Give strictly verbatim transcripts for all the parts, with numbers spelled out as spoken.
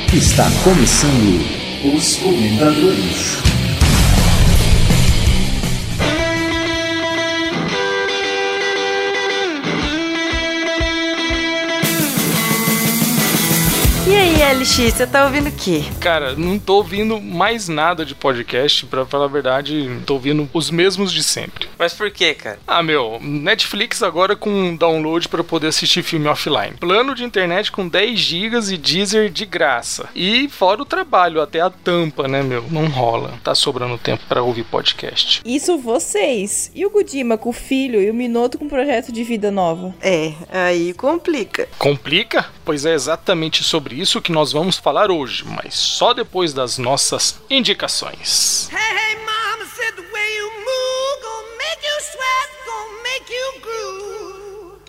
Está começando os Comentadores. E aí, L X, você tá ouvindo o quê? Cara, não tô ouvindo mais nada de podcast, pra falar a verdade, tô ouvindo os mesmos de sempre. Mas por quê, cara? Ah, meu, Netflix agora com download pra poder assistir filme offline. Plano de internet com dez gigas e Deezer de graça. E fora o trabalho, até a tampa, né, meu? Não rola. Tá sobrando tempo pra ouvir podcast. Isso vocês. E o Gudima com o filho e o Minoto com projeto de vida nova? É, aí complica. Complica? Pois é exatamente sobre isso que nós vamos falar hoje, mas só depois das nossas indicações. Hey, hey, mama said the way you move gonna make you sweat, gonna make you groove.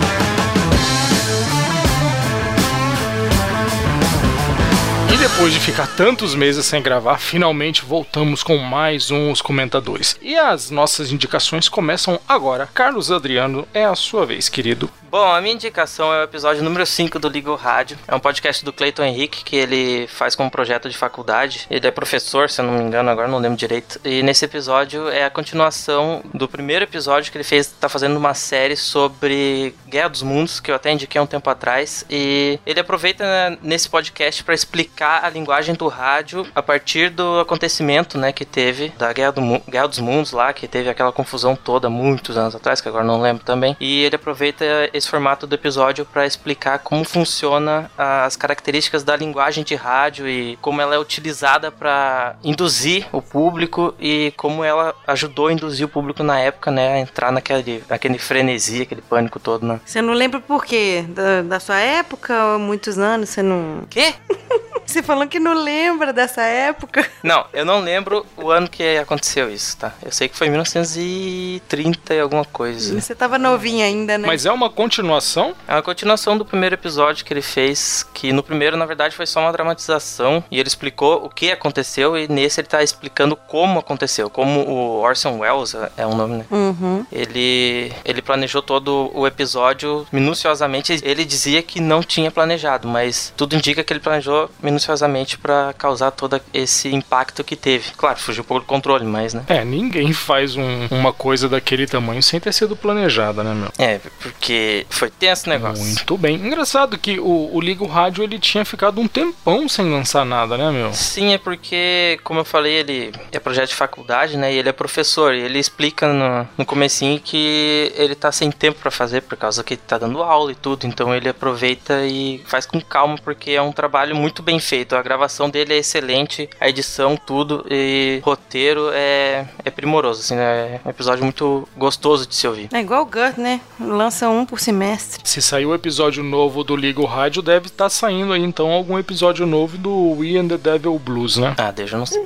E depois de ficar tantos meses sem gravar, finalmente voltamos com mais uns comentadores. E as nossas indicações começam agora. Carlos Adriano, é a sua vez, querido. Bom, a minha indicação é o episódio número cinco do Liga o Rádio. É um podcast do Cleiton Henrique, que ele faz como projeto de faculdade. Ele é professor, se eu não me engano, agora não lembro direito. E nesse episódio é a continuação do primeiro episódio que ele fez, tá fazendo uma série sobre Guerra dos Mundos, que eu até indiquei há um tempo atrás. E ele aproveita, né, nesse podcast para explicar a linguagem do rádio a partir do acontecimento, né, que teve da Guerra, do Mu- Guerra dos Mundos lá, que teve aquela confusão toda muitos anos atrás, que agora não lembro também. E ele aproveita esse formato do episódio para explicar como funciona as características da linguagem de rádio e como ela é utilizada para induzir o público e como ela ajudou a induzir o público na época, né, a entrar naquele, naquele frenesi, aquele pânico todo, né? Você não lembra por quê? Da, da sua época ou muitos anos você não... Quê? Você falou que não lembra dessa época? Não, eu não lembro o ano que aconteceu isso, tá? Eu sei que foi em mil novecentos e trinta e alguma coisa. Você tava novinha ainda, né? Mas é uma continuação? É uma continuação do primeiro episódio que ele fez, que no primeiro, na verdade, foi só uma dramatização, e ele explicou o que aconteceu, e nesse ele tá explicando como aconteceu, como o Orson Welles, é um nome, né? Uhum. Ele, ele planejou todo o episódio minuciosamente. Ele dizia que não tinha planejado, mas tudo indica que ele planejou minuciosamente pra causar todo esse impacto que teve. Claro, fugiu um pouco do controle, mas, né? É, ninguém faz um, uma coisa daquele tamanho sem ter sido planejada, né, meu? É, porque foi tenso o negócio. Muito bem. Engraçado que o, o Liga o Rádio, ele tinha ficado um tempão sem lançar nada, né, meu? Sim, é porque, como eu falei, ele é projeto de faculdade, né, e ele é professor, e ele explica no, no comecinho que ele tá sem tempo pra fazer, por causa que ele tá dando aula e tudo, então ele aproveita e faz com calma, porque é um trabalho muito bem feito, a gravação dele é excelente, a edição, tudo, e o roteiro é, é primoroso, assim, né, é um episódio muito gostoso de se ouvir. É igual o Gut, né? Lança um por semestre. Se saiu o episódio novo do Liga o Rádio, deve estar saindo aí, então, algum episódio novo do We and the Devil Blues, né? Ah, deixa eu não sei.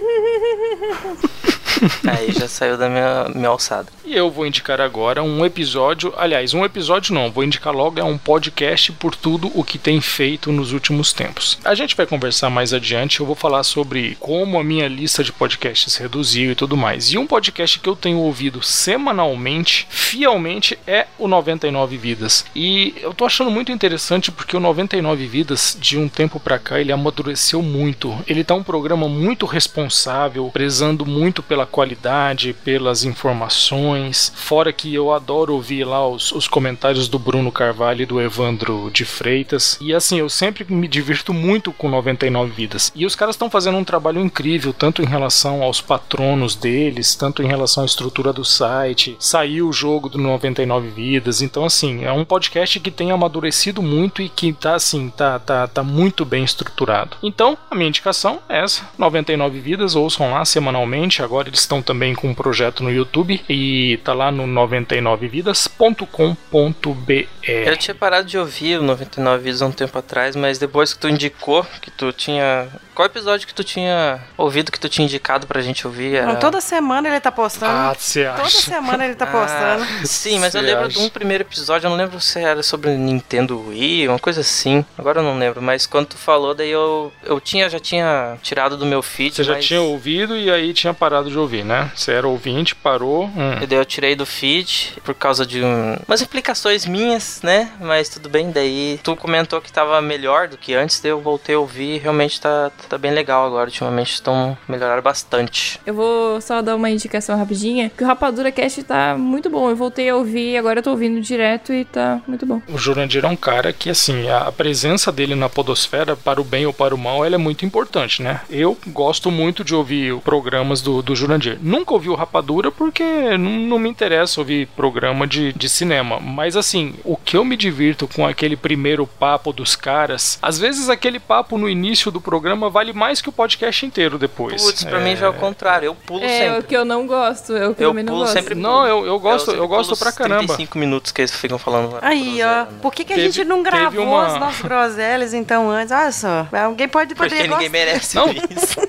Aí já saiu da minha, minha alçada. E eu vou indicar agora um episódio, aliás, um episódio não, vou indicar logo, é um podcast por tudo o que tem feito nos últimos tempos. A gente vai conversar mais adiante, eu vou falar sobre como a minha lista de podcasts reduziu e tudo mais. E um podcast que eu tenho ouvido semanalmente, fielmente, é o noventa e nove Vidas. E eu tô achando muito interessante porque o noventa e nove Vidas, de um tempo pra cá, ele amadureceu muito. Ele tá um programa muito responsável, prezando muito pela qualidade, pelas informações, fora que eu adoro ouvir lá os, os comentários do Bruno Carvalho e do Evandro de Freitas, e assim, eu sempre me divirto muito com noventa e nove Vidas, e os caras estão fazendo um trabalho incrível, tanto em relação aos patronos deles, tanto em relação à estrutura do site, saiu o jogo do noventa e nove Vidas, então assim, é um podcast que tem amadurecido muito e que tá assim, tá, tá, tá muito bem estruturado. Então, a minha indicação é essa, noventa e nove Vidas, ouçam lá semanalmente, agora eles estão também com um projeto no YouTube e tá lá no noventa e nove vidas ponto com ponto b r. Eu tinha parado de ouvir o noventa e nove Vidas há um tempo atrás, mas depois que tu indicou, que tu tinha... Qual episódio que tu tinha ouvido, que tu tinha indicado pra gente ouvir? Era... Não, toda semana ele tá postando. Ah, você acha? Toda semana ele tá postando. Ah, sim, mas Cê eu lembro acha? de um primeiro episódio, eu não lembro se era sobre Nintendo Wii, uma coisa assim. Agora eu não lembro, mas quando tu falou, daí eu, eu tinha, já tinha tirado do meu feed. Você já mas... tinha ouvido e aí tinha parado de ouvir, né? Você era ouvinte, parou. Hum. E daí eu tirei do feed por causa de um, umas implicações minhas, né? Mas tudo bem, daí tu comentou que tava melhor do que antes, daí eu voltei a ouvir e realmente tá, tá bem legal agora. Ultimamente estão melhoraram bastante. Eu vou só dar uma indicação rapidinha, que o Rapadura Cast tá muito bom. Eu voltei a ouvir, agora eu tô ouvindo direto e tá muito bom. O Jurandir é um cara que, assim, a presença dele na podosfera, para o bem ou para o mal, ela é muito importante, né? Eu gosto muito de ouvir programas do, do Jurandir. Nunca ouvi o Rapadura porque não, não me interessa ouvir programa de, de cinema. Mas, assim, o que eu me divirto com aquele primeiro papo dos caras, às vezes aquele papo no início do programa vale mais que o podcast inteiro depois. Putz, pra é... mim já é o contrário, eu pulo é, sempre. É o que eu não gosto, eu, eu também não pulo gosto. sempre. Não, eu, eu gosto, eu, eu gosto pra caramba. trinta e cinco minutos que eles ficam falando. Aí, ó, por que, que a Teve- gente não teve gravou uma- os nossos groselhas então antes? Olha só, alguém pode Porque poder ninguém gostar. merece Não. isso.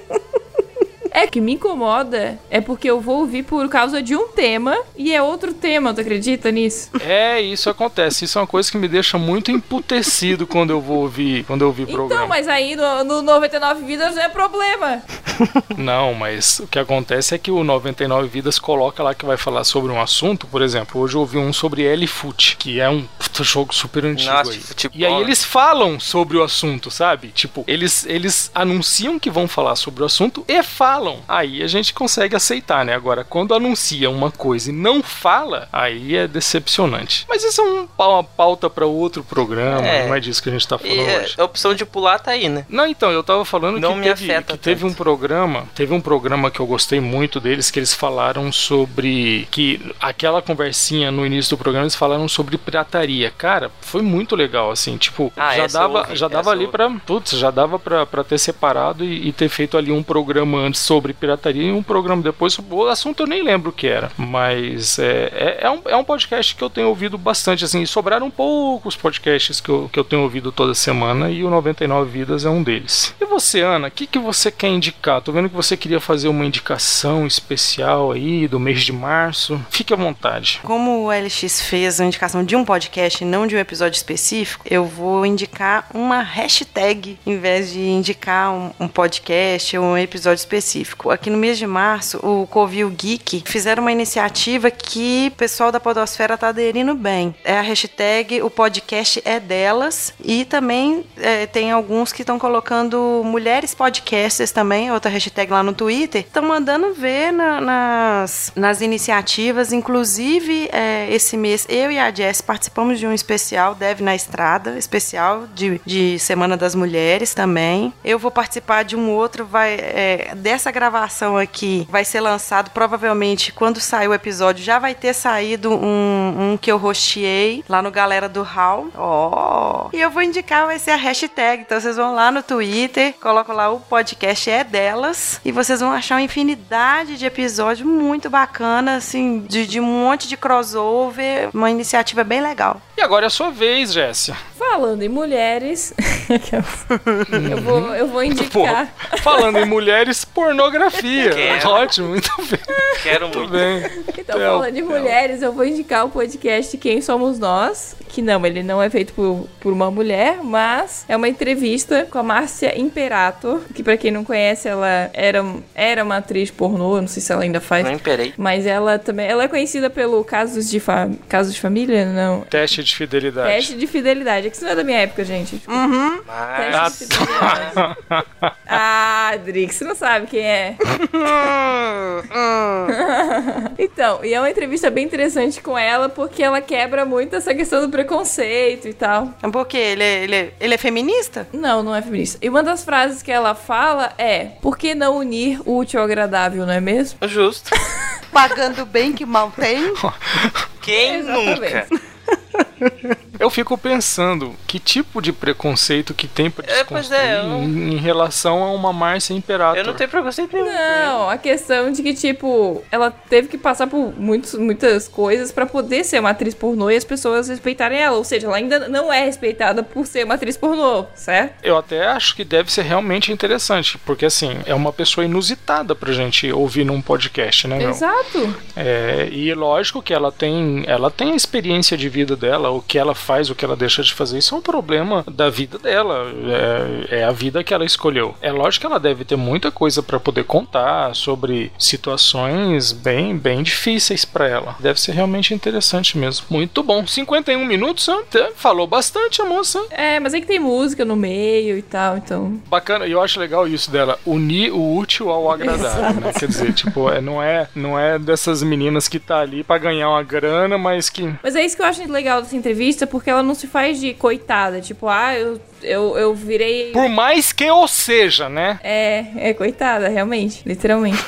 É, o que me incomoda é porque eu vou ouvir por causa de um tema e é outro tema, tu acredita nisso? É, isso acontece. Isso é uma coisa que me deixa muito emputecido quando eu vou ouvir, quando eu ouvir programa. Então, mas aí no, no noventa e nove Vidas não é problema. Não, mas o que acontece é que o noventa e nove Vidas coloca lá que vai falar sobre um assunto. Por exemplo, hoje eu ouvi um sobre L-Foot, que é um puta jogo super antigo. Nossa, aí. futebol, E aí né? eles falam sobre o assunto, sabe? Tipo, eles, eles anunciam que vão falar sobre o assunto e falam. Aí a gente consegue aceitar, né? Agora, quando anuncia uma coisa e não fala, aí é decepcionante. Mas isso é um, uma pauta para outro programa, É. não é disso que a gente tá falando E hoje. a opção de pular tá aí, né? Não, então, eu tava falando Não que, me teve, afeta que teve tanto. um programa, teve um programa que eu gostei muito deles, que eles falaram sobre, que aquela conversinha no início do programa, eles falaram sobre pirataria. Cara, foi muito legal, assim, tipo, Ah, já essa eu dava, ouvi, já dava essa eu ali ouvi. pra, putz, já dava pra, pra ter separado e, e ter feito ali um programa antes sobre pirataria e um programa depois, o assunto eu nem lembro o que era, mas é, é, é, um, é um podcast que eu tenho ouvido bastante, assim, e sobraram poucos podcasts que eu, que eu tenho ouvido toda semana e o noventa e nove Vidas é um deles. E você, Ana, o que, que você quer indicar? Tô vendo que você queria fazer uma indicação especial aí do mês de março. Fique à vontade. Como o L X fez a indicação de um podcast e não de um episódio específico, eu vou indicar uma hashtag em vez de indicar um, um podcast ou um episódio específico. Aqui no mês de março, o Covil Geek fizeram uma iniciativa que o pessoal da podosfera tá aderindo bem. É a hashtag O Podcast é Delas, e também é, tem alguns que estão colocando mulheres podcasters também, outra hashtag lá no Twitter, estão mandando ver na, nas, nas iniciativas. Inclusive, é, esse mês eu e a Jess participamos de um especial Deve na Estrada, especial de, de Semana das Mulheres também. Eu vou participar de um outro, vai, é, dessa gravação aqui vai ser lançado provavelmente quando sair o episódio, já vai ter saído um, um que eu hosteei lá no Galera do Hall. Ó! Oh. E eu vou indicar, vai ser a hashtag. Então vocês vão lá no Twitter, colocam lá o podcast é delas e vocês vão achar uma infinidade de episódios muito bacana, assim, de, de um monte de crossover, uma iniciativa bem legal. E agora é a sua vez, Jéssica. Falando em mulheres, eu, vou, eu vou indicar. Pô, falando em mulheres, pornografia. Quero. Ótimo, muito bem. Quero Muito muito. bem. Então, Theo, falando de Theo. mulheres, eu vou indicar o podcast Quem Somos Nós, que não, ele não é feito por, por uma mulher, mas é uma entrevista com a Márcia Imperator, que pra quem não conhece, ela era, era uma atriz pornô, eu não sei se ela ainda faz, Não imperei. mas ela também, ela é conhecida pelo Casos de, fa, Casos de Família, não, Teste de fidelidade. Teste de Fidelidade, é que isso não é da minha época, gente. Mas... Teste de Fidelidade. Ah, Drix, você não sabe quem é. Então, e é uma entrevista bem interessante com ela, porque ela quebra muito essa questão do preconceito e tal. Por quê? Ele é, ele é, ele é feminista? Não, não é feminista. E uma das frases que ela fala é: por que não unir o útil ao agradável, não é mesmo? Justo. Pagando bem que mal tem? Quem Exatamente. nunca? Eu fico pensando que tipo de preconceito que tem pra É, pois desconstruir é, eu não- em, em relação a uma Márcia Imperator. Eu não tenho preconceito nenhum. Não, a questão de que, tipo, ela teve que passar por muitos, muitas coisas pra poder ser uma atriz pornô e as pessoas respeitarem ela. Ou seja, ela ainda não é respeitada por ser uma atriz pornô, certo? Eu até acho que deve ser realmente interessante, porque assim, é uma pessoa inusitada pra gente ouvir num podcast, né, meu? Exato. É, e lógico que ela tem, ela tem a experiência de vida dela, o que ela faz, o que ela deixa de fazer, isso é um problema da vida dela. É, é a vida que ela escolheu. É lógico que ela deve ter muita coisa pra poder contar sobre situações bem, bem difíceis pra ela. Deve ser realmente interessante mesmo. Muito bom. cinquenta e um minutos, até falou bastante a moça. É, mas é que tem música no meio e tal, então... Bacana, e eu acho legal isso dela, unir o útil ao agradável, né? Quer dizer, tipo, é, não, é, não é dessas meninas que tá ali pra ganhar uma grana, mas que... Mas é isso que eu acho legal dessa entrevista, porque ela não se faz de coitada, tipo, ah, eu, eu, eu virei... Por mais que eu seja, né? É, é coitada, realmente, literalmente.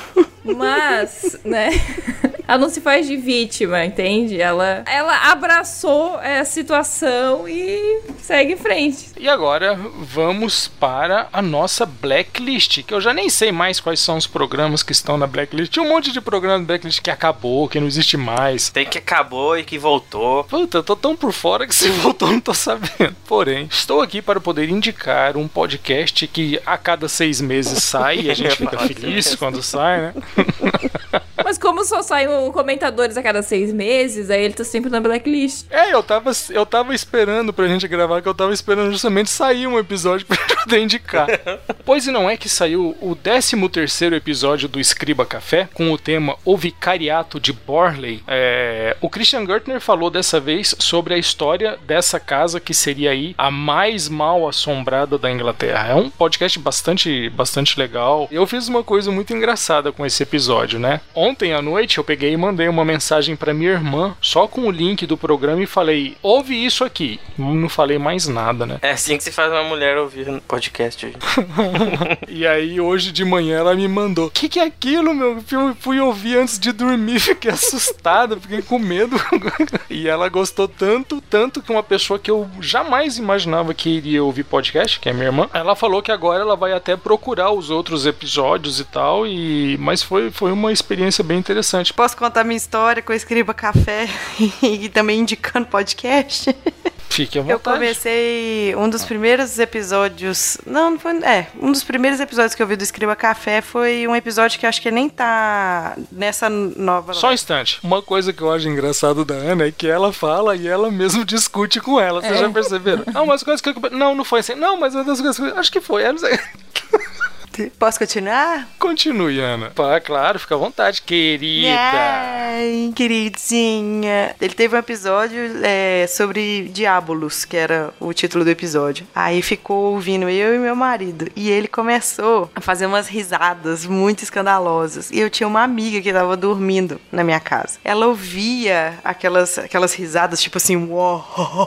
Mas, né... Ela não se faz de vítima, entende? Ela, ela abraçou a situação e segue em frente. E agora vamos para a nossa blacklist, que eu já nem sei mais quais são os programas que estão na blacklist. Tinha um monte de programa na blacklist que acabou, que não existe mais. Tem que acabou e que voltou. Puta, eu tô tão por fora que se voltou não tô sabendo. Porém, estou aqui para poder indicar um podcast que a cada seis meses sai e a gente fica feliz quando sai, né? Mas como só saem comentadores a cada seis meses, aí ele tá sempre na blacklist. É, eu tava, eu tava esperando pra gente gravar, que eu tava esperando justamente sair um episódio pra poder indicar. Pois e não é que saiu o décimo terceiro episódio do Escriba Café, com o tema O Vicariato de Borley. É, o Christian Gertner falou dessa vez sobre a história dessa casa que seria aí a mais mal assombrada da Inglaterra. É um podcast bastante, bastante legal. Eu fiz uma coisa muito engraçada com esse episódio, né? Ontem à noite eu peguei e mandei uma mensagem pra minha irmã, só com o link do programa, e falei, ouve isso aqui. Não falei mais nada, né? É assim que se faz uma mulher ouvir no podcast hoje. E aí hoje de manhã ela me mandou, que que é aquilo, meu? Eu fui ouvir antes de dormir, fiquei assustada, fiquei com medo. E ela gostou tanto, tanto que uma pessoa que eu jamais imaginava que iria ouvir podcast, que é minha irmã, ela falou que agora ela vai até procurar os outros episódios e tal, e mas foi, foi uma experiência bem interessante. Posso contar minha história com o Escriba Café e também indicando podcast? Fique à vontade. Eu comecei um dos primeiros episódios... Não, não foi... É, um dos primeiros episódios que eu vi do Escriba Café foi um episódio que eu acho que nem tá nessa nova... Só um instante. Uma coisa que eu acho engraçado da Ana é que ela fala e ela mesmo discute com ela. Vocês é. já perceberam? Não, mas coisas que eu... Não, não foi assim. Não, mas uma das coisas que eu... Acho que foi. Eu não sei... Posso continuar? Continue, Ana. Pá, claro, fica à vontade, querida. Ai, queridinha. Ele teve um episódio é, sobre Diabolos, que era o título do episódio. Aí ficou ouvindo eu e meu marido. E ele começou a fazer umas risadas muito escandalosas. E eu tinha uma amiga que tava dormindo na minha casa. Ela ouvia aquelas, aquelas risadas, tipo assim, uou.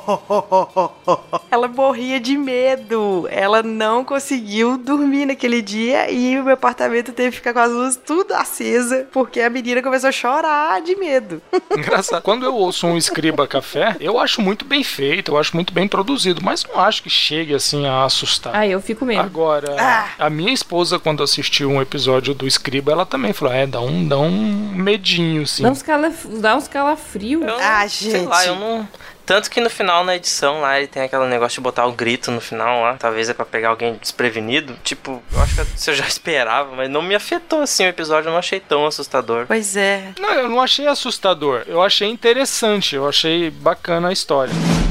Ela morria de medo. Ela não conseguiu dormir naquele dia. E o meu apartamento teve que ficar com as luzes tudo acesa, porque a menina começou a chorar de medo. Engraçado. Quando eu ouço um Escriba Café, eu acho muito bem feito, eu acho muito bem produzido, mas não acho que chegue assim a assustar. Ah, eu fico mesmo. Agora, ah. a minha esposa, quando assistiu um episódio do Escriba, ela também falou, é, dá um, dá um medinho, assim. Dá uns, calaf... dá uns calafrios. Eu, ah, sei gente. lá, eu não... Tanto que no final, na edição lá, ele tem aquele negócio de botar o grito no final lá. Talvez é pra pegar alguém desprevenido. Tipo, eu acho que você já esperava, mas não me afetou assim o episódio. Eu não achei tão assustador. Pois é. Não, eu não achei assustador. Eu achei interessante. Eu achei bacana a história.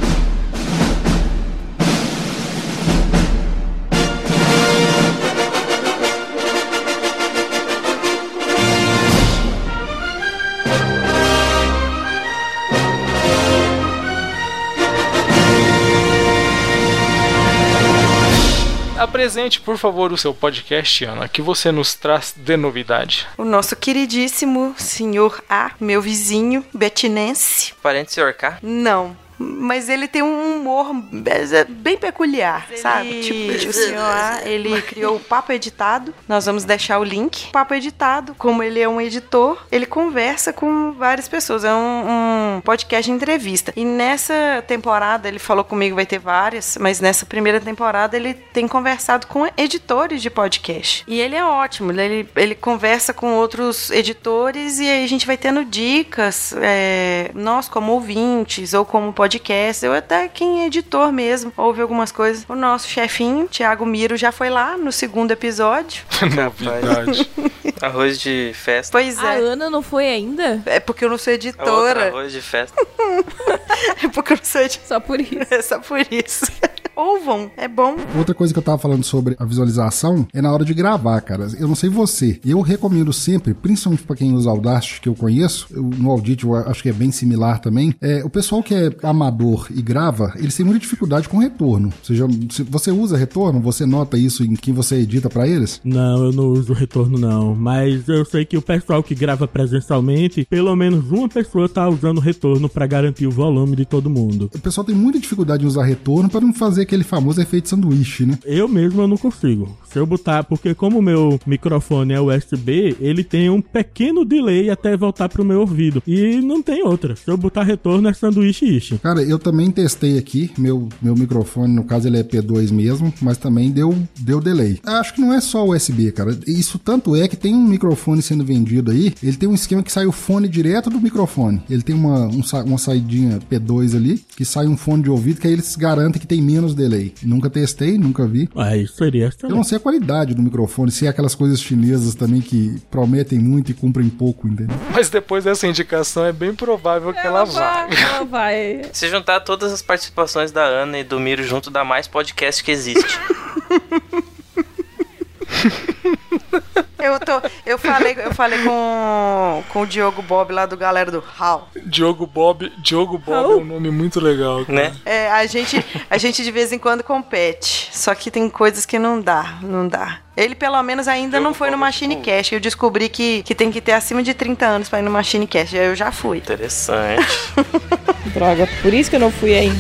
Apresente, por favor, o seu podcast, Ana, que você nos traz de novidade. O nosso queridíssimo senhor A, meu vizinho, betinense. Parente do senhor K? Não. Mas ele tem um humor bem peculiar, ele... sabe? Tipo, o senhor A, ele criou o Papo Editado. Nós vamos deixar o link. Papo Editado, como ele é um editor, ele conversa com várias pessoas. É um, um podcast de entrevista. E nessa temporada, ele falou comigo, vai ter várias, mas nessa primeira temporada ele tem conversado com editores de podcast. E ele é ótimo. Ele, ele conversa com outros editores e aí a gente vai tendo dicas, é, nós como ouvintes ou como podcast podcasts, ou até quem é editor mesmo, ouve algumas coisas. O nosso chefinho, Thiago Miro, já foi lá no segundo episódio. Novidade. Arroz de festa. Pois A é. Ana não foi ainda? É porque eu não sou É outro editora. arroz de festa. É porque eu não sou editora. Só por isso. É só por isso. Ouvam, é bom. Outra coisa que eu tava falando sobre a visualização é na hora de gravar, cara. Eu não sei você, eu recomendo sempre, principalmente pra quem usa Audacity, que eu conheço, eu, no Audit eu acho que é bem similar também, é, o pessoal que é amador e grava, eles têm muita dificuldade com retorno. Ou seja, se você usa retorno, você nota isso em quem você edita pra eles? Não, eu não uso retorno não, mas eu sei que o pessoal que grava presencialmente, pelo menos uma pessoa tá usando retorno pra garantir o volume de todo mundo. O pessoal tem muita dificuldade em usar retorno pra não fazer aquele famoso efeito sanduíche, né? Eu mesmo eu não consigo. Se eu botar, porque como o meu microfone é U S B, ele tem um pequeno delay até voltar pro meu ouvido. E não tem outra. Se eu botar retorno é sanduíche ishi. Cara, eu também testei aqui, meu, meu microfone, no caso ele é P dois mesmo, mas também deu, deu delay. Acho que não é só U S B, cara. Isso tanto é que tem um microfone sendo vendido aí, ele tem um esquema que sai o fone direto do microfone. Ele tem uma, um, uma saidinha P dois ali, que sai um fone de ouvido, que aí eles garantem que tem menos delay. Nunca testei, nunca vi. Ah, isso seria excelente. Eu não sei a qualidade do microfone, se é aquelas coisas chinesas também que prometem muito e cumprem pouco, entendeu? Mas depois dessa indicação é bem provável que ela, Ela vá. vai, ela vai. Se juntar todas as participações da Ana e do Miro junto, dá mais podcast que existe. Eu, tô, eu falei, eu falei com, com o Diogo Bob lá do galera do Hall. Diogo Bob, Diogo Bob é um nome muito legal, cara. Né? É, a gente, a gente de vez em quando compete. Só que tem coisas que não dá, não dá. Ele pelo menos ainda Diogo não foi no Bob, Machine Cast. Eu descobri que, que tem que ter acima de trinta anos pra ir no Machine Cast. Eu já fui. Interessante. Droga, por isso que eu não fui ainda.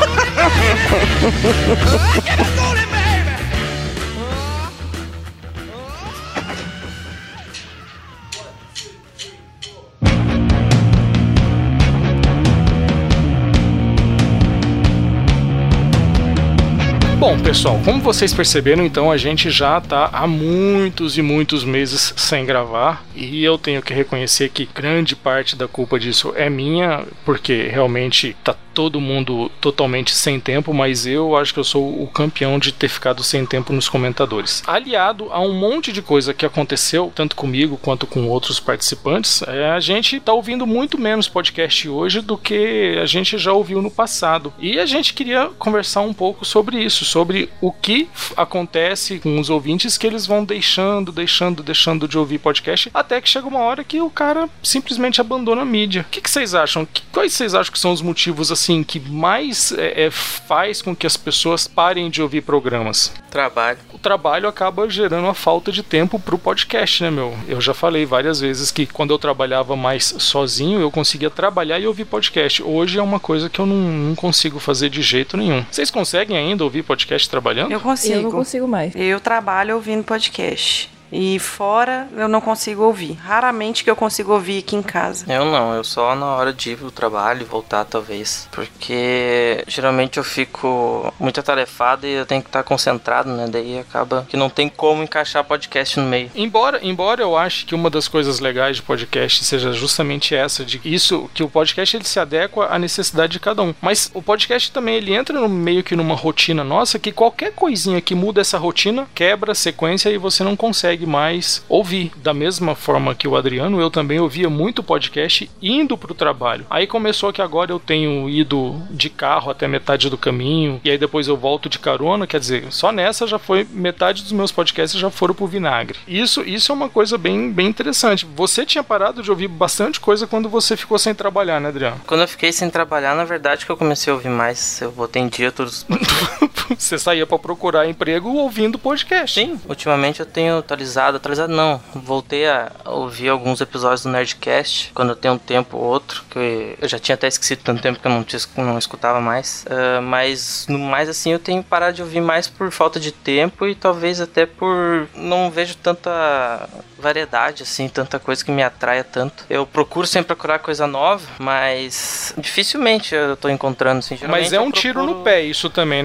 Bom, pessoal, como vocês perceberam, então a gente já tá há muitos e muitos meses sem gravar, e eu tenho que reconhecer que grande parte da culpa disso é minha, porque realmente tá todo mundo totalmente sem tempo, mas eu acho que eu sou o campeão de ter ficado sem tempo nos comentadores. Aliado a um monte de coisa que aconteceu, tanto comigo quanto com outros participantes, é, a gente tá ouvindo muito menos podcast hoje do que a gente já ouviu no passado. E a gente queria conversar um pouco sobre isso, sobre o que acontece com os ouvintes, que eles vão deixando, deixando, deixando de ouvir podcast, até que chega uma hora que o cara simplesmente abandona a mídia. O que, que vocês acham? Que, quais vocês acham que são os motivos, assim, que mais é, é, faz com que as pessoas parem de ouvir programas? Trabalho. O trabalho acaba gerando a falta de tempo pro podcast, né, meu? Eu já falei várias vezes que quando eu trabalhava mais sozinho, eu conseguia trabalhar e ouvir podcast. Hoje é uma coisa que eu não, não consigo fazer de jeito nenhum. Vocês conseguem ainda ouvir podcast trabalhando? Eu consigo. Eu não consigo mais. Eu trabalho ouvindo podcast. E fora, eu não consigo ouvir. Raramente que eu consigo ouvir aqui em casa. Eu não, eu só na hora de ir pro trabalho e voltar, talvez. Porque geralmente eu fico muito atarefado e eu tenho que estar concentrado, né? Daí acaba que não tem como encaixar podcast no meio. Embora, embora eu ache que uma das coisas legais de podcast seja justamente essa, de isso, que o podcast ele se adequa à necessidade de cada um. Mas o podcast também ele entra no, meio que numa rotina nossa, que qualquer coisinha que muda essa rotina, quebra a sequência e você não consegue mais ouvir. Da mesma forma que o Adriano, eu também ouvia muito podcast indo pro trabalho. Aí começou que agora eu tenho ido de carro até metade do caminho, e aí depois eu volto de carona, quer dizer, só nessa já foi metade dos meus podcasts já foram pro vinagre. Isso, isso é uma coisa bem, bem interessante. Você tinha parado de ouvir bastante coisa quando você ficou sem trabalhar, né, Adriano? Quando eu fiquei sem trabalhar, na verdade que eu comecei a ouvir mais. Eu botei em dia todos os Você saía pra procurar emprego ouvindo podcast. Sim, ultimamente eu tenho atualizado, atualizado não, voltei a ouvir alguns episódios do Nerdcast, quando eu tenho um tempo ou outro, que eu já tinha até esquecido tanto tempo que eu não, tinha, não escutava mais, uh, mas no mais assim eu tenho parado de ouvir mais por falta de tempo e talvez até por não vejo tanta variedade assim, tanta coisa que me atraia tanto. Eu procuro sempre procurar coisa nova, mas dificilmente eu tô encontrando assim. Mas é um tiro procuro... no pé isso também, né, cara?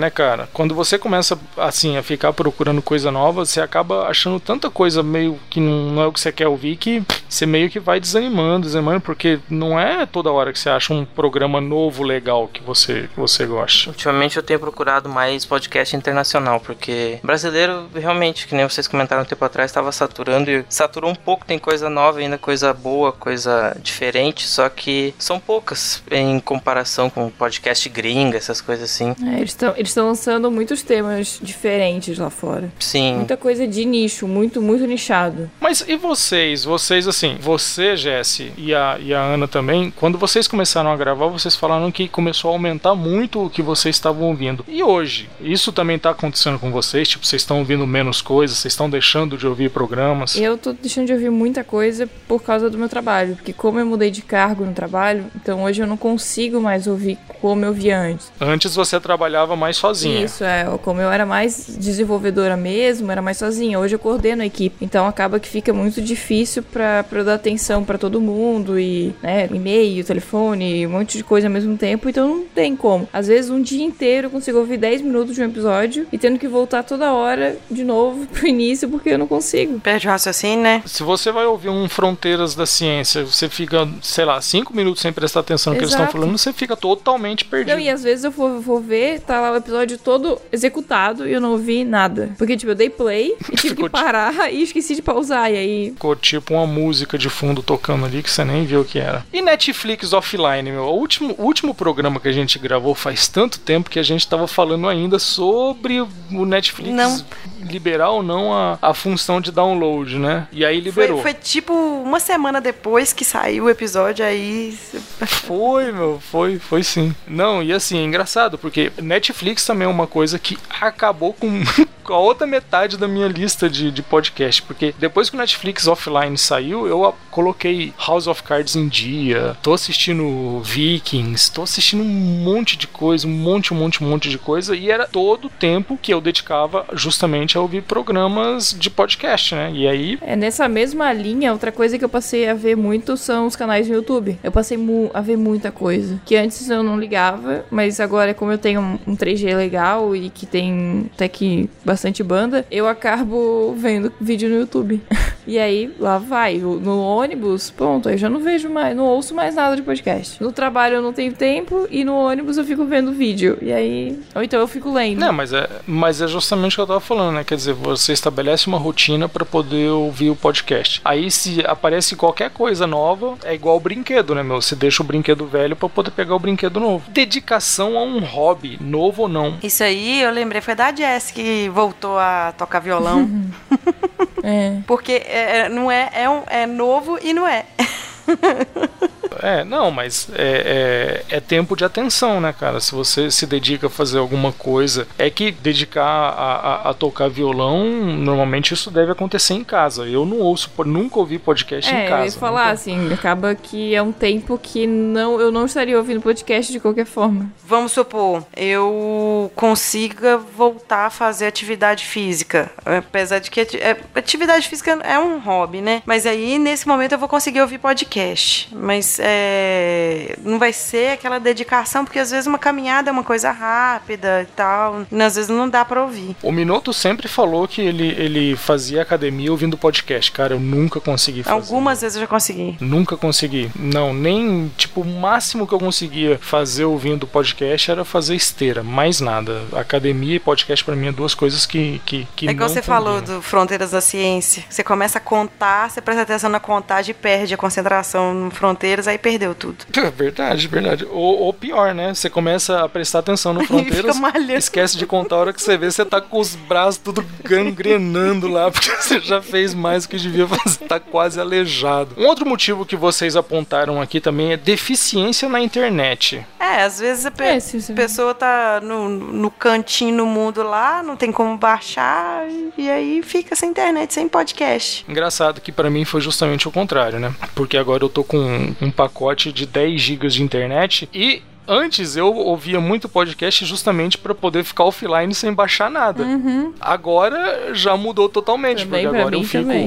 quando você começa, assim, a ficar procurando coisa nova, você acaba achando tanta coisa meio que não, não é o que você quer ouvir, que você meio que vai desanimando, desanimando, porque não é toda hora que você acha um programa novo, legal, que você, que você gosta. Ultimamente eu tenho procurado mais podcast internacional, porque brasileiro, realmente, que nem vocês comentaram um tempo atrás, estava saturando, e saturou um pouco, tem coisa nova ainda, coisa boa, coisa diferente, só que são poucas em comparação com podcast gringa, essas coisas assim. É, eles estão eles lançando muitos temas diferentes lá fora. Sim. Muita coisa de nicho, muito, muito nichado. Mas e vocês? Vocês, assim, você, Jesse, e a, e a Ana também, quando vocês começaram a gravar, vocês falaram que começou a aumentar muito o que vocês estavam ouvindo. E hoje? Isso também tá acontecendo com vocês? Tipo, vocês estão ouvindo menos coisas? Vocês estão deixando de ouvir programas? Eu tô deixando de ouvir muita coisa por causa do meu trabalho, porque como eu mudei de cargo no trabalho, então hoje eu não consigo mais ouvir como eu via antes. Antes você trabalhava mais sozinha. Isso, é. Como eu era mais desenvolvedora mesmo, era mais sozinha. Hoje eu coordeno a equipe. Então acaba que fica muito difícil pra, pra eu dar atenção pra todo mundo e, né, e-mail, telefone, um monte de coisa ao mesmo tempo. Então não tem como. Às vezes um dia inteiro eu consigo ouvir dez minutos de um episódio e tendo que voltar toda hora de novo pro início porque eu não consigo. Perde o raciocínio, né? Se você vai ouvir um Fronteiras da Ciência, você fica, sei lá, cinco minutos sem prestar atenção no que eles estão falando, você fica totalmente perdido. Não, e às vezes eu vou, vou ver, tá lá o episódio todo executado e eu não ouvi nada. Porque, tipo, eu dei play e tive Ficou que parar e esqueci de pausar, e aí... Ficou tipo uma música de fundo tocando ali que você nem viu o que era. E Netflix offline, meu? O último, o último programa que a gente gravou faz tanto tempo que a gente tava falando ainda sobre o Netflix não. liberar ou não a, a função de download, né? E aí liberou. Foi, foi tipo uma semana depois que saiu o episódio, aí... Foi, meu, foi, foi sim. Não, e assim, é engraçado, porque Netflix também é uma coisa que acabou com a outra metade da minha lista de, de podcast, porque depois que o Netflix offline saiu, eu coloquei House of Cards em dia, tô assistindo Vikings, tô assistindo um monte de coisa, um monte, um monte, um monte de coisa, e era todo o tempo que eu dedicava justamente a ouvir programas de podcast, né? E aí... É, nessa mesma linha, outra coisa que eu passei a ver muito são os canais no YouTube. Eu passei mu- a ver muita coisa, que antes eu não ligava, mas agora, como eu tenho um, um três G legal e que tem até que bastante banda, eu acabo vendo vídeo no YouTube. E aí, lá vai. No ônibus, pronto, aí eu já não vejo mais, não ouço mais nada de podcast. No trabalho eu não tenho tempo e no ônibus eu fico vendo vídeo. E aí, ou então eu fico lendo. Não, mas é, mas é justamente o que eu tava falando, né? Quer dizer, você estabelece uma rotina pra poder ouvir o podcast. Aí, se aparece qualquer coisa nova, é igual o brinquedo, né, meu? Você deixa o brinquedo velho pra poder pegar o brinquedo novo. Dedicação a um hobby, novo ou não. Isso aí, eu lembrei, foi da Jess que voltou a tocar violão. É. Porque é, não é, é, um, é novo e não é. É, não, mas é, é, é tempo de atenção, né, cara? Se você se dedica a fazer alguma coisa, é que dedicar a, a, a tocar violão, normalmente isso deve acontecer em casa. Eu não ouço, nunca ouvi podcast é, em casa. Eu ia falar nunca... assim, acaba que é um tempo que não, eu não estaria ouvindo podcast de qualquer forma. Vamos supor, eu consiga voltar a fazer atividade física, apesar de que atividade física é um hobby, né? Mas aí, nesse momento, eu vou conseguir ouvir podcast. Mas é, não vai ser aquela dedicação, porque às vezes uma caminhada é uma coisa rápida e tal, e às vezes não dá pra ouvir. O Minuto sempre falou que ele, ele fazia academia ouvindo podcast. Cara, eu nunca consegui fazer. Algumas vezes eu já consegui. Nunca consegui. Não, nem, tipo, o máximo que eu conseguia fazer ouvindo podcast era fazer esteira, mais nada. Academia e podcast pra mim é duas coisas que, que, que é igual não você combinam. falou do Fronteiras da Ciência. Você começa a contar, você presta atenção na contagem e perde a concentração no Fronteiras, aí perdeu tudo. Verdade, verdade. Ou, ou pior, né? Você começa a prestar atenção no Fronteiras, esquece de contar a hora que você vê, você tá com os braços tudo gangrenando lá, porque você já fez mais do que devia fazer, tá quase aleijado. Um outro motivo que vocês apontaram aqui também é deficiência na internet. É, às vezes a pe- É, sim, sim. pessoa tá no, no cantinho no mundo lá, não tem como baixar, e aí fica sem internet, sem podcast. Engraçado que pra mim foi justamente o contrário, né? Porque agora eu tô com um, um pacote de dez gigas de internet e antes eu ouvia muito podcast justamente para poder ficar offline sem baixar nada. Uhum. Agora já mudou totalmente, Também porque pra agora mim eu fico também. a,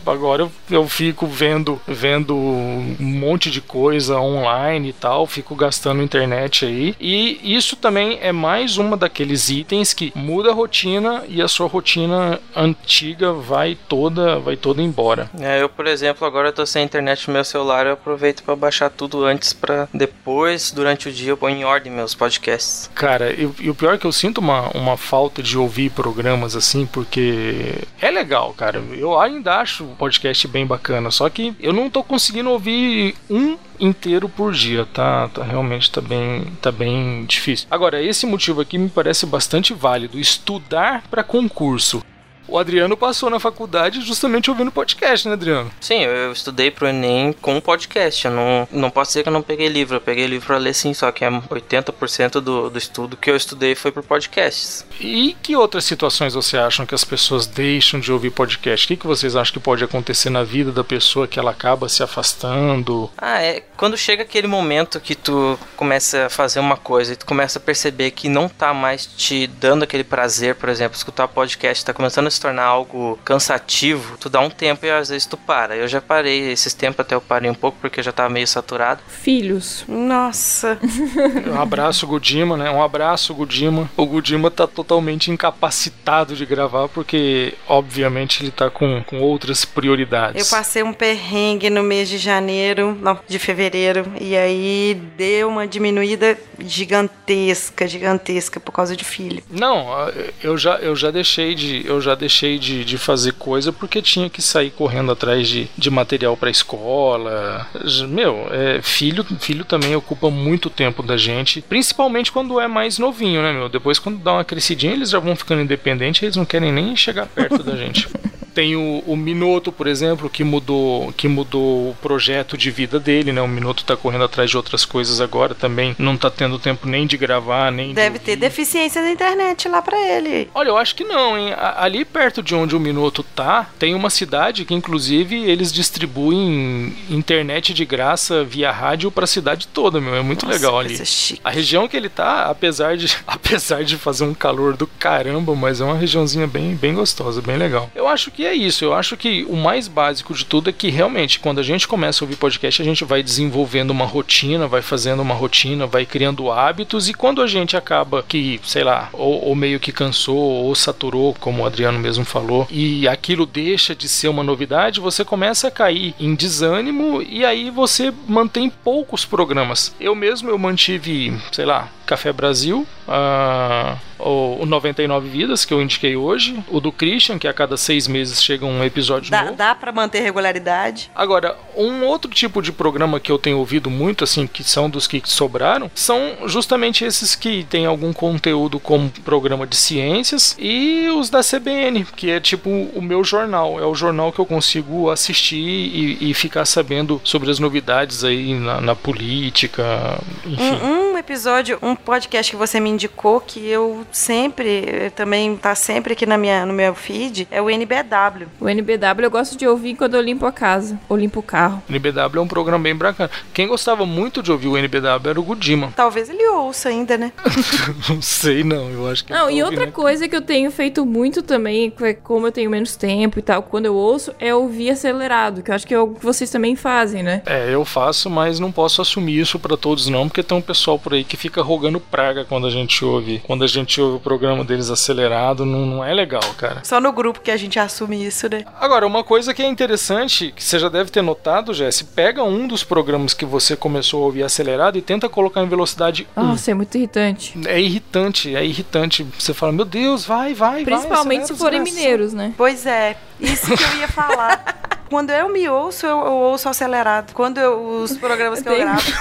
Agora eu, eu fico vendo, vendo um monte de coisa online e tal, fico gastando internet aí. E isso também é mais uma daqueles itens que muda a rotina e a sua rotina antiga vai toda, vai toda embora. É, eu, por exemplo, agora eu tô sem internet no meu celular, eu aproveito pra baixar tudo antes pra depois, durante o dia, eu ponho em ordem meus podcasts. Cara, e, e o pior é que eu sinto uma, uma falta de ouvir programas assim, porque é legal, cara. Eu ainda acho o podcast bem bacana, só que eu não tô conseguindo ouvir um inteiro por dia, tá? tá realmente tá bem, tá bem difícil. Agora, esse motivo aqui me parece bastante válido. Estudar para concurso. O Adriano passou na faculdade justamente ouvindo podcast, né, Adriano? Sim, eu estudei pro Enem com podcast. Eu não, não posso dizer que eu não peguei livro. Eu peguei livro pra ler sim, só que oitenta por cento do, do estudo que eu estudei foi por podcasts. E que outras situações você acham que as pessoas deixam de ouvir podcast? O que, que vocês acham que pode acontecer na vida da pessoa que ela acaba se afastando? Ah, é quando chega aquele momento que tu começa a fazer uma coisa e tu começa a perceber que não tá mais te dando aquele prazer, por exemplo, escutar podcast, tá começando a se tornar algo cansativo, tu dá um tempo e às vezes tu para. Eu já parei, esses tempos até eu parei um pouco porque eu já tava meio saturado. Filhos. Nossa. Um abraço, Gudima, né? Um abraço, Gudima. O Gudima tá totalmente incapacitado de gravar porque, obviamente, ele tá com, com outras prioridades. Eu passei um perrengue no mês de janeiro, não, de fevereiro, e aí deu uma diminuída gigantesca, gigantesca por causa de filho. Não, eu já, eu já deixei de... Eu já deixei de, de fazer coisa porque tinha que sair correndo atrás de, de material pra escola. Meu, é, filho, filho também ocupa muito tempo da gente, principalmente quando é mais novinho, né, meu? Depois, quando dá uma crescidinha, eles já vão ficando independentes, eles não querem nem chegar perto da gente. Tem o, o Minuto, por exemplo, que mudou, que mudou o projeto de vida dele, né? O Minuto tá correndo atrás de outras coisas agora também. Não tá tendo tempo nem de gravar, nem Deve de ter deficiência da internet lá pra ele. Olha, eu acho que não, hein? Ali perto de onde o Minuto tá, tem uma cidade que, inclusive, eles distribuem internet de graça via rádio pra cidade toda, meu. É muito Nossa, legal ali. chique. A região que ele tá, apesar de, apesar de fazer um calor do caramba, mas é uma regiãozinha bem, bem gostosa, bem legal. Eu acho que é isso, eu acho que o mais básico de tudo é que realmente quando a gente começa a ouvir podcast, a gente vai desenvolvendo uma rotina, vai fazendo uma rotina, vai criando hábitos, e quando a gente acaba que, sei lá, ou, ou meio que cansou, ou saturou, como o Adriano mesmo falou, e aquilo deixa de ser uma novidade, você começa a cair em desânimo e aí você mantém poucos programas. Eu mesmo, eu mantive, sei lá, Café Brasil, uh, o, o noventa e nove Vidas, que eu indiquei hoje, o do Christian, que a cada seis meses chega um episódio Dá, novo. dá pra manter regularidade? Agora, um outro tipo de programa que eu tenho ouvido muito, assim, que são dos que sobraram, são justamente esses que tem algum conteúdo como programa de ciências, e os da C B N, que é tipo o meu jornal, é o jornal que eu consigo assistir e, e ficar sabendo sobre as novidades aí na, na política, enfim. Um, um episódio, um podcast que você me indicou, que eu sempre, também tá sempre aqui na minha, no meu feed, é o N B W. O N B W eu gosto de ouvir quando eu limpo a casa, ou limpo o carro. O N B W é um programa bem bacana. Quem gostava muito de ouvir o N B W era o Gudima. Talvez ele ouça ainda, né? Não sei não, eu acho que... Não, ele e tá outra ouvindo, coisa que eu tenho feito muito também, que é como eu tenho menos tempo e tal, quando eu ouço, é ouvir acelerado, que eu acho que é algo que vocês também fazem, né? É, eu faço, mas não posso assumir isso pra todos não, porque tem um pessoal por aí que fica rogando praga quando a gente ouve. Quando a gente ouve o programa deles acelerado, não, não é legal, cara. Só no grupo que a gente assume isso, né? Agora, uma coisa que é interessante, que você já deve ter notado, Jesse, pega um dos programas que você começou a ouvir acelerado e tenta colocar em velocidade um. Nossa, é muito irritante. É irritante, é irritante. Você fala, meu Deus, vai, vai, Principalmente vai. se forem mineiros, né? Pois é, isso que eu ia falar. Quando eu me ouço, eu, eu ouço acelerado. Quando eu, os programas que eu Tem- gravo...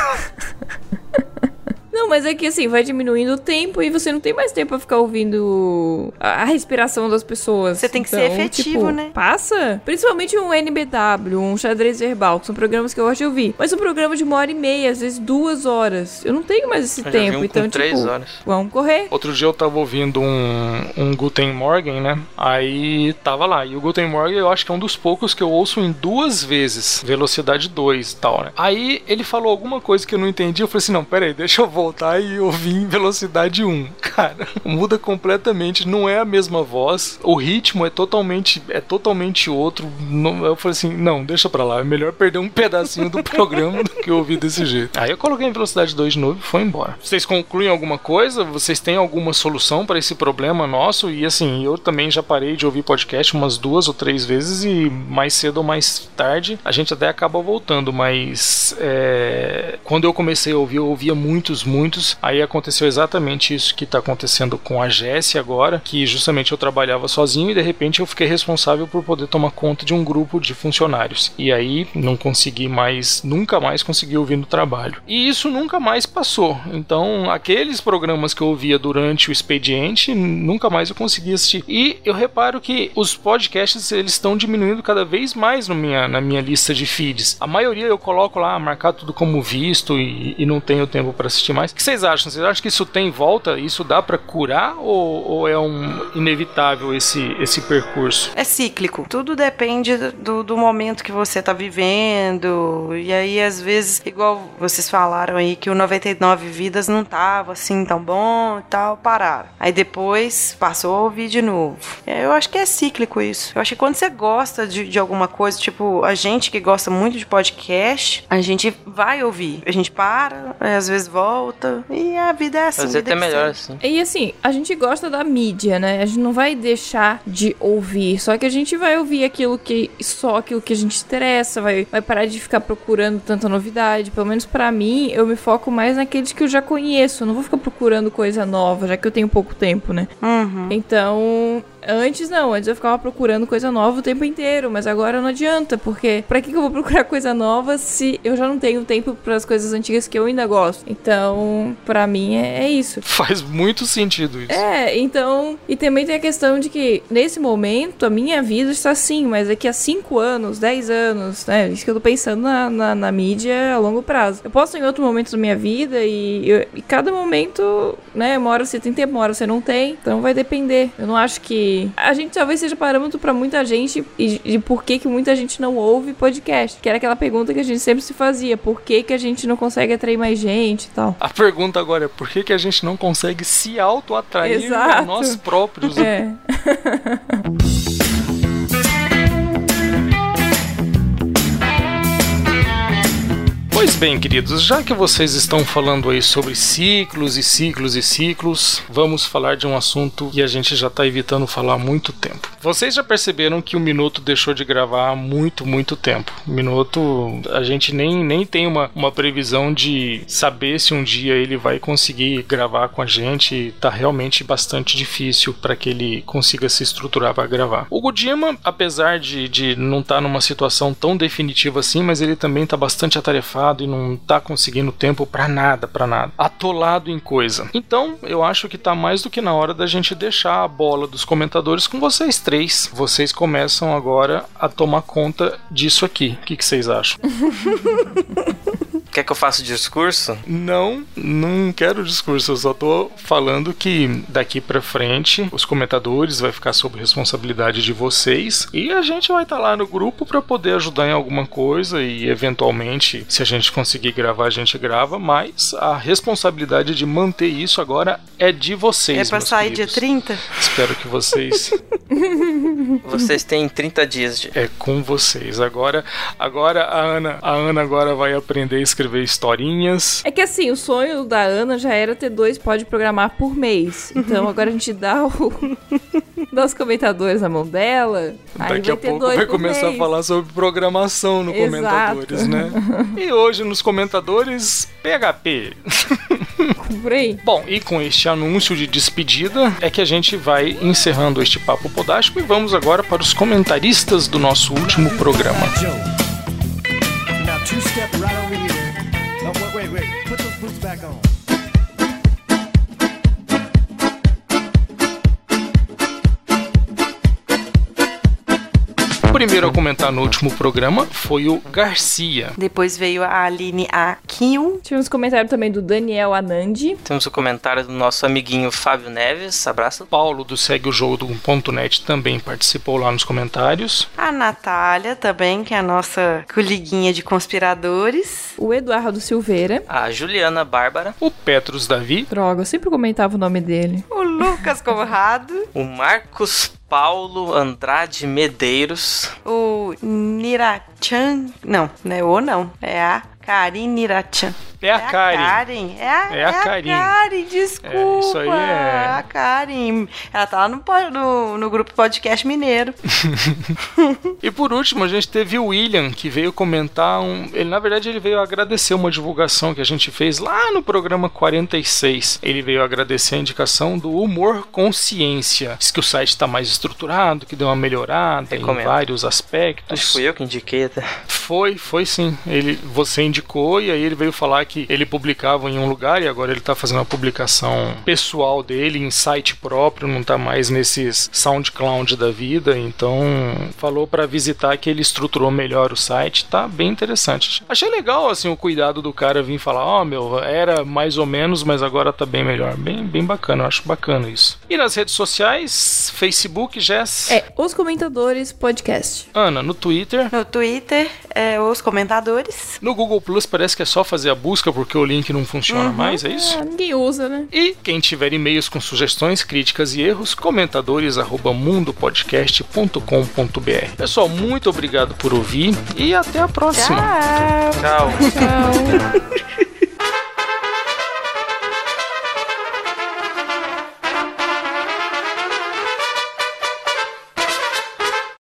Não, mas é que assim, vai diminuindo o tempo e você não tem mais tempo pra ficar ouvindo a, a respiração das pessoas. Você tem que ser Então, efetivo, tipo, né? Passa. Principalmente um N B W, um xadrez verbal, que são programas que eu gosto de ouvir. Mas são programas de uma hora e meia, às vezes duas horas. Eu não tenho mais esse Eu já vi tempo, um com então, três tipo, horas. vamos correr. Outro dia eu tava ouvindo um, um Guten Morgen, né? Aí tava lá. E o Guten Morgen eu acho que é um dos poucos que eu ouço em duas vezes. Velocidade dois e tal, né? Aí ele falou alguma coisa que eu não entendi. Eu falei assim, não, pera aí, deixa eu voltar voltar e ouvir em velocidade um. Cara, muda completamente, não é a mesma voz, o ritmo é totalmente, é totalmente outro. Não, eu falei assim, não, deixa pra lá, é melhor perder um pedacinho do programa do que ouvir desse jeito. Aí eu coloquei em velocidade dois de novo e foi embora. Vocês concluem alguma coisa? Vocês têm alguma solução para esse problema nosso? E assim, eu também já parei de ouvir podcast umas duas ou três vezes e mais cedo ou mais tarde a gente até acaba voltando, mas é, quando eu comecei a ouvir, eu ouvia muitos, muitos, aí aconteceu exatamente isso que tá acontecendo com a Jessie agora, que justamente eu trabalhava sozinho e de repente eu fiquei responsável por poder tomar conta de um grupo de funcionários, e aí não consegui mais, nunca mais consegui ouvir no trabalho, e isso nunca mais passou. Então aqueles programas que eu ouvia durante o expediente, nunca mais eu consegui assistir, e eu reparo que os podcasts eles estão diminuindo cada vez mais no minha, na minha lista de feeds. A maioria eu coloco lá, marcar tudo como visto e, e não tenho tempo para assistir mais. O que vocês acham? Vocês acham que isso tem volta? Isso dá para curar ou, ou é um inevitável esse, esse percurso? É cíclico. Tudo depende do, do momento que você tá vivendo. E aí, às vezes, igual vocês falaram aí, que o noventa e nove Vidas não tava assim tão bom e tal, pararam. Aí depois passou a ouvir de novo. Eu acho que é cíclico isso. Eu acho que quando você gosta de, de alguma coisa, tipo, a gente que gosta muito de podcast, a gente vai ouvir. A gente para, às vezes volta, e a vida é assim. Às vezes é melhor assim. E assim, a gente gosta da mídia, né? A gente não vai deixar de ouvir, só que a gente vai ouvir aquilo que, só aquilo que a gente interessa, vai, vai parar de ficar procurando tanta novidade. Pelo menos pra mim, eu me foco mais naqueles que eu já conheço. Eu não vou ficar procurando coisa nova, já que eu tenho pouco tempo, né? Uhum. Então... Antes não, antes eu ficava procurando coisa nova o tempo inteiro, mas agora não adianta, porque pra que eu vou procurar coisa nova se eu já não tenho tempo pras coisas antigas que eu ainda gosto? Então, pra mim é, é isso. Faz muito sentido isso. É, então, e também tem a questão de que nesse momento a minha vida está assim, mas daqui a cinco anos, dez anos, né, isso que eu tô pensando na, na, na mídia a longo prazo. Eu posso em outro momento da minha vida e, eu, e cada momento, né, uma hora você tem tempo, uma hora você não tem, então vai depender. Eu não acho que a gente talvez seja parâmetro pra muita gente e de por que que muita gente não ouve podcast, que era aquela pergunta que a gente sempre se fazia, por que que a gente não consegue atrair mais gente e tal. A pergunta agora é por que que a gente não consegue se auto-atrair a nós próprios? É. Pois bem, queridos, já que vocês estão falando aí sobre ciclos e ciclos e ciclos, vamos falar de um assunto que a gente já está evitando falar há muito tempo. Vocês já perceberam que o Minuto deixou de gravar há muito, muito tempo. O Minuto, a gente nem, nem tem uma, uma previsão de saber se um dia ele vai conseguir gravar com a gente. Tá realmente bastante difícil para que ele consiga se estruturar para gravar. O Gudima, apesar de, de não estar tá numa situação tão definitiva assim, mas ele também está bastante atarefado e não tá conseguindo tempo pra nada, pra nada. Atolado em coisa. Então, eu acho que tá mais do que na hora da gente deixar a bola dos comentadores com vocês três. Vocês começam agora a tomar conta disso aqui. O que, que vocês acham? Quer que eu faça o discurso? Não, não quero discurso. Eu só tô falando que daqui pra frente os comentadores vai ficar sob responsabilidade de vocês e a gente vai estar tá lá no grupo pra poder ajudar em alguma coisa e eventualmente, se a gente conseguir gravar, a gente grava, mas a responsabilidade de manter isso agora é de vocês. É pra sair queridos. dia trinta? Espero que vocês... Vocês têm trinta dias de... É com vocês. Agora, agora a Ana, a Ana agora vai aprender a escrever historinhas. É que assim, o sonho da Ana já era ter dois pode programar por mês. Então agora a gente dá o dá os comentadores na mão dela. Aí Daqui vai a ter pouco dois vai por começar mês. a falar sobre programação no Exato. Comentadores, né? E hoje nos comentadores, P H P. Por aí. Bom, e com este anúncio de despedida é que a gente vai encerrando este Papo Podástico e vamos agora para os comentaristas do nosso último programa. primeiro a comentar no último programa foi o Garcia. Depois veio a Aline Akil. Tivemos comentário também do Daniel Anandi. Temos o comentário do nosso amiguinho Fábio Neves. Abraço. Paulo do Segue o Jogo do ponto net também participou lá nos comentários. A Natália também, que é a nossa coliguinha de conspiradores. O Eduardo Silveira. A Juliana Bárbara. O Petrus Davi. Droga, eu sempre comentava o nome dele. O Lucas Conrado. O Marcos Paulo Andrade Medeiros. O Nirachan. Não, não é o não. É a Karin Nirachan. É a é Karen. A Karen. É a, é a, é a Karen. Karen, desculpa. É, isso aí é... A Karen. Ela tá lá no, no, no grupo Podcast Mineiro. E por último, a gente teve o William, que veio comentar um... Ele, na verdade, ele veio agradecer uma divulgação que a gente fez lá no programa quarenta e seis. Ele veio agradecer a indicação do Humor Consciência. Diz que o site tá mais estruturado, que deu uma melhorada Recomendo. Em vários aspectos. Acho que fui eu que indiquei até. Foi, foi sim. Ele, você indicou e aí ele veio falar que ele publicava em um lugar e agora ele tá fazendo uma publicação pessoal dele em site próprio, não tá mais nesses SoundCloud da vida, então falou pra visitar que ele estruturou melhor o site, tá bem interessante. Achei legal, assim, o cuidado do cara vir falar, ó, oh, meu, era mais ou menos, mas agora tá bem melhor. Bem, bem bacana, eu acho bacana isso. E nas redes sociais, Facebook, Jess? É, Os Comentadores Podcast. Ana, no Twitter? No Twitter, é, Os Comentadores. No Google Plus parece que é só fazer a busca porque o link não funciona uhum. mais, é isso? É, ninguém usa, né? E quem tiver e-mails com sugestões, críticas e erros, comentadores arroba mundopodcast ponto com ponto b r. Pessoal, muito obrigado por ouvir e até a próxima. Tchau. Tchau. Tchau.